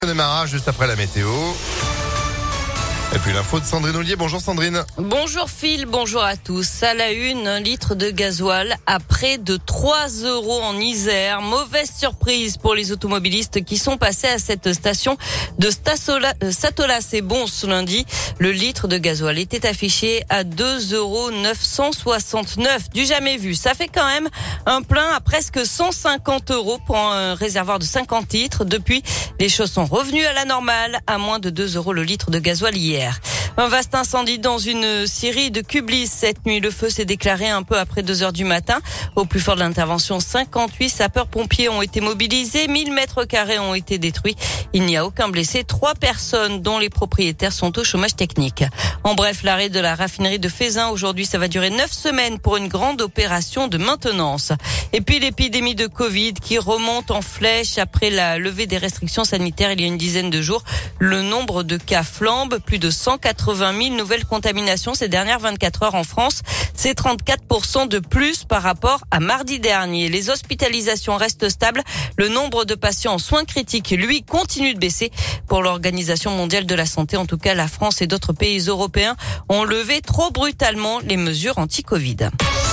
On démarrera juste après la météo. Et puis l'info de Sandrine Ollier. Bonjour Sandrine. Bonjour Phil, bonjour à tous. À la une, 1 litre de gasoil à près de 3 € en Isère. Mauvaise surprise pour les automobilistes qui sont passés à cette station de Satola. C'est bon ce lundi. Le litre de gasoil était affiché à 2,969 €. Du jamais vu. Ça fait quand même un plein à presque 150 € pour un réservoir de 50 litres. Depuis, les choses sont revenues à la normale, à moins de 2 € le litre de gasoil hier. Un vaste incendie dans une scierie de Kublis cette nuit. Le feu s'est déclaré un peu après 2 heures du matin. Au plus fort de l'intervention, 58 sapeurs-pompiers ont été mobilisés. 1000 mètres carrés ont été détruits. Il n'y a aucun blessé. 3 personnes dont les propriétaires sont au chômage technique. En bref, l'arrêt de la raffinerie de Feyzin aujourd'hui, ça va durer 9 semaines pour une grande opération de maintenance. Et puis l'épidémie de Covid qui remonte en flèche après la levée des restrictions sanitaires il y a une dizaine de jours. Le nombre de cas flambe. Plus de 180 000 nouvelles contaminations ces dernières 24 heures en France. C'est 34% de plus par rapport à mardi dernier. Les hospitalisations restent stables. Le nombre de patients en soins critiques, lui, continue de baisser. Pour l'Organisation mondiale de la santé, en tout cas, la France et d'autres pays européens ont levé trop brutalement les mesures anti-Covid.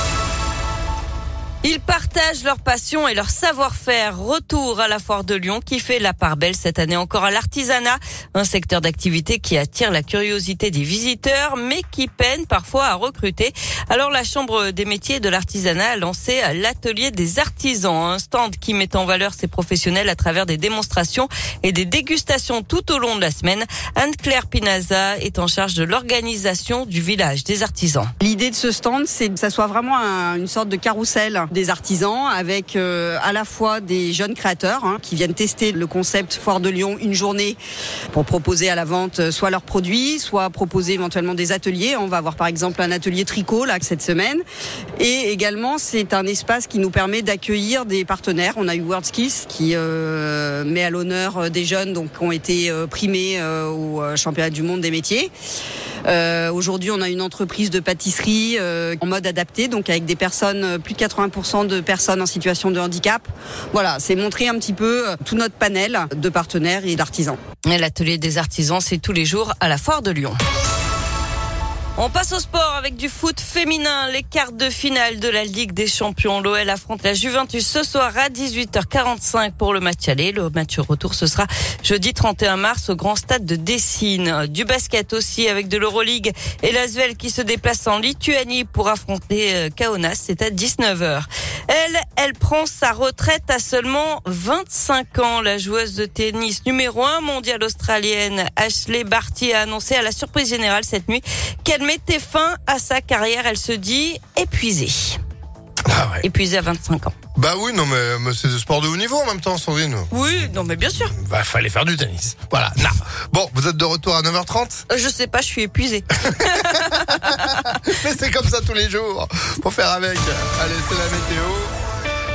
Ils partagent leur passion et leur savoir-faire. Retour à la foire de Lyon qui fait la part belle cette année encore à l'artisanat. Un secteur d'activité qui attire la curiosité des visiteurs mais qui peine parfois à recruter. Alors la Chambre des métiers de l'artisanat a lancé l'atelier des artisans. Un stand qui met en valeur ses professionnels à travers des démonstrations et des dégustations tout au long de la semaine. Anne-Claire Pinaza est en charge de l'organisation du village des artisans. L'idée de ce stand, c'est que ça soit vraiment une sorte de carrousel des artisans avec à la fois des jeunes créateurs qui viennent tester le concept Foire de Lyon une journée pour proposer à la vente soit leurs produits, soit proposer éventuellement des ateliers. On va avoir par exemple un atelier tricot là cette semaine et également c'est un espace qui nous permet d'accueillir des partenaires. On a eu WorldSkills qui met à l'honneur des jeunes donc qui ont été primés au championnat du monde des métiers. Aujourd'hui, on a une entreprise de pâtisserie en mode adapté, donc avec des personnes, plus de 80% de personnes en situation de handicap. Voilà, c'est montrer un petit peu tout notre panel de partenaires et d'artisans. Et l'atelier des artisans, c'est tous les jours à la Foire de Lyon. On passe au sport avec du foot féminin. Les quarts de finale de la Ligue des Champions. L'OL affronte la Juventus ce soir à 18h45 pour le match aller. Le match retour, ce sera jeudi 31 mars au grand stade de Dessine. Du basket aussi avec de l'Euroleague et l'Asvel qui se déplace en Lituanie pour affronter Kaunas. C'est à 19h. Elle prend sa retraite à seulement 25 ans. La joueuse de tennis numéro 1 mondiale australienne Ashley Barty a annoncé à la surprise générale cette nuit qu'elle mettait fin à sa carrière. Elle se dit épuisée. Ah ouais. Épuisée à 25 ans. Bah oui, non mais c'est du sport de haut niveau en même temps, Sandrine. Oui, non mais bien sûr. Bah fallait faire du tennis. Voilà. Non. Bon, vous êtes de retour à 9h30 ? Je sais pas, je suis épuisée. Mais c'est comme ça tous les jours. Faut faire avec. Allez, c'est la météo.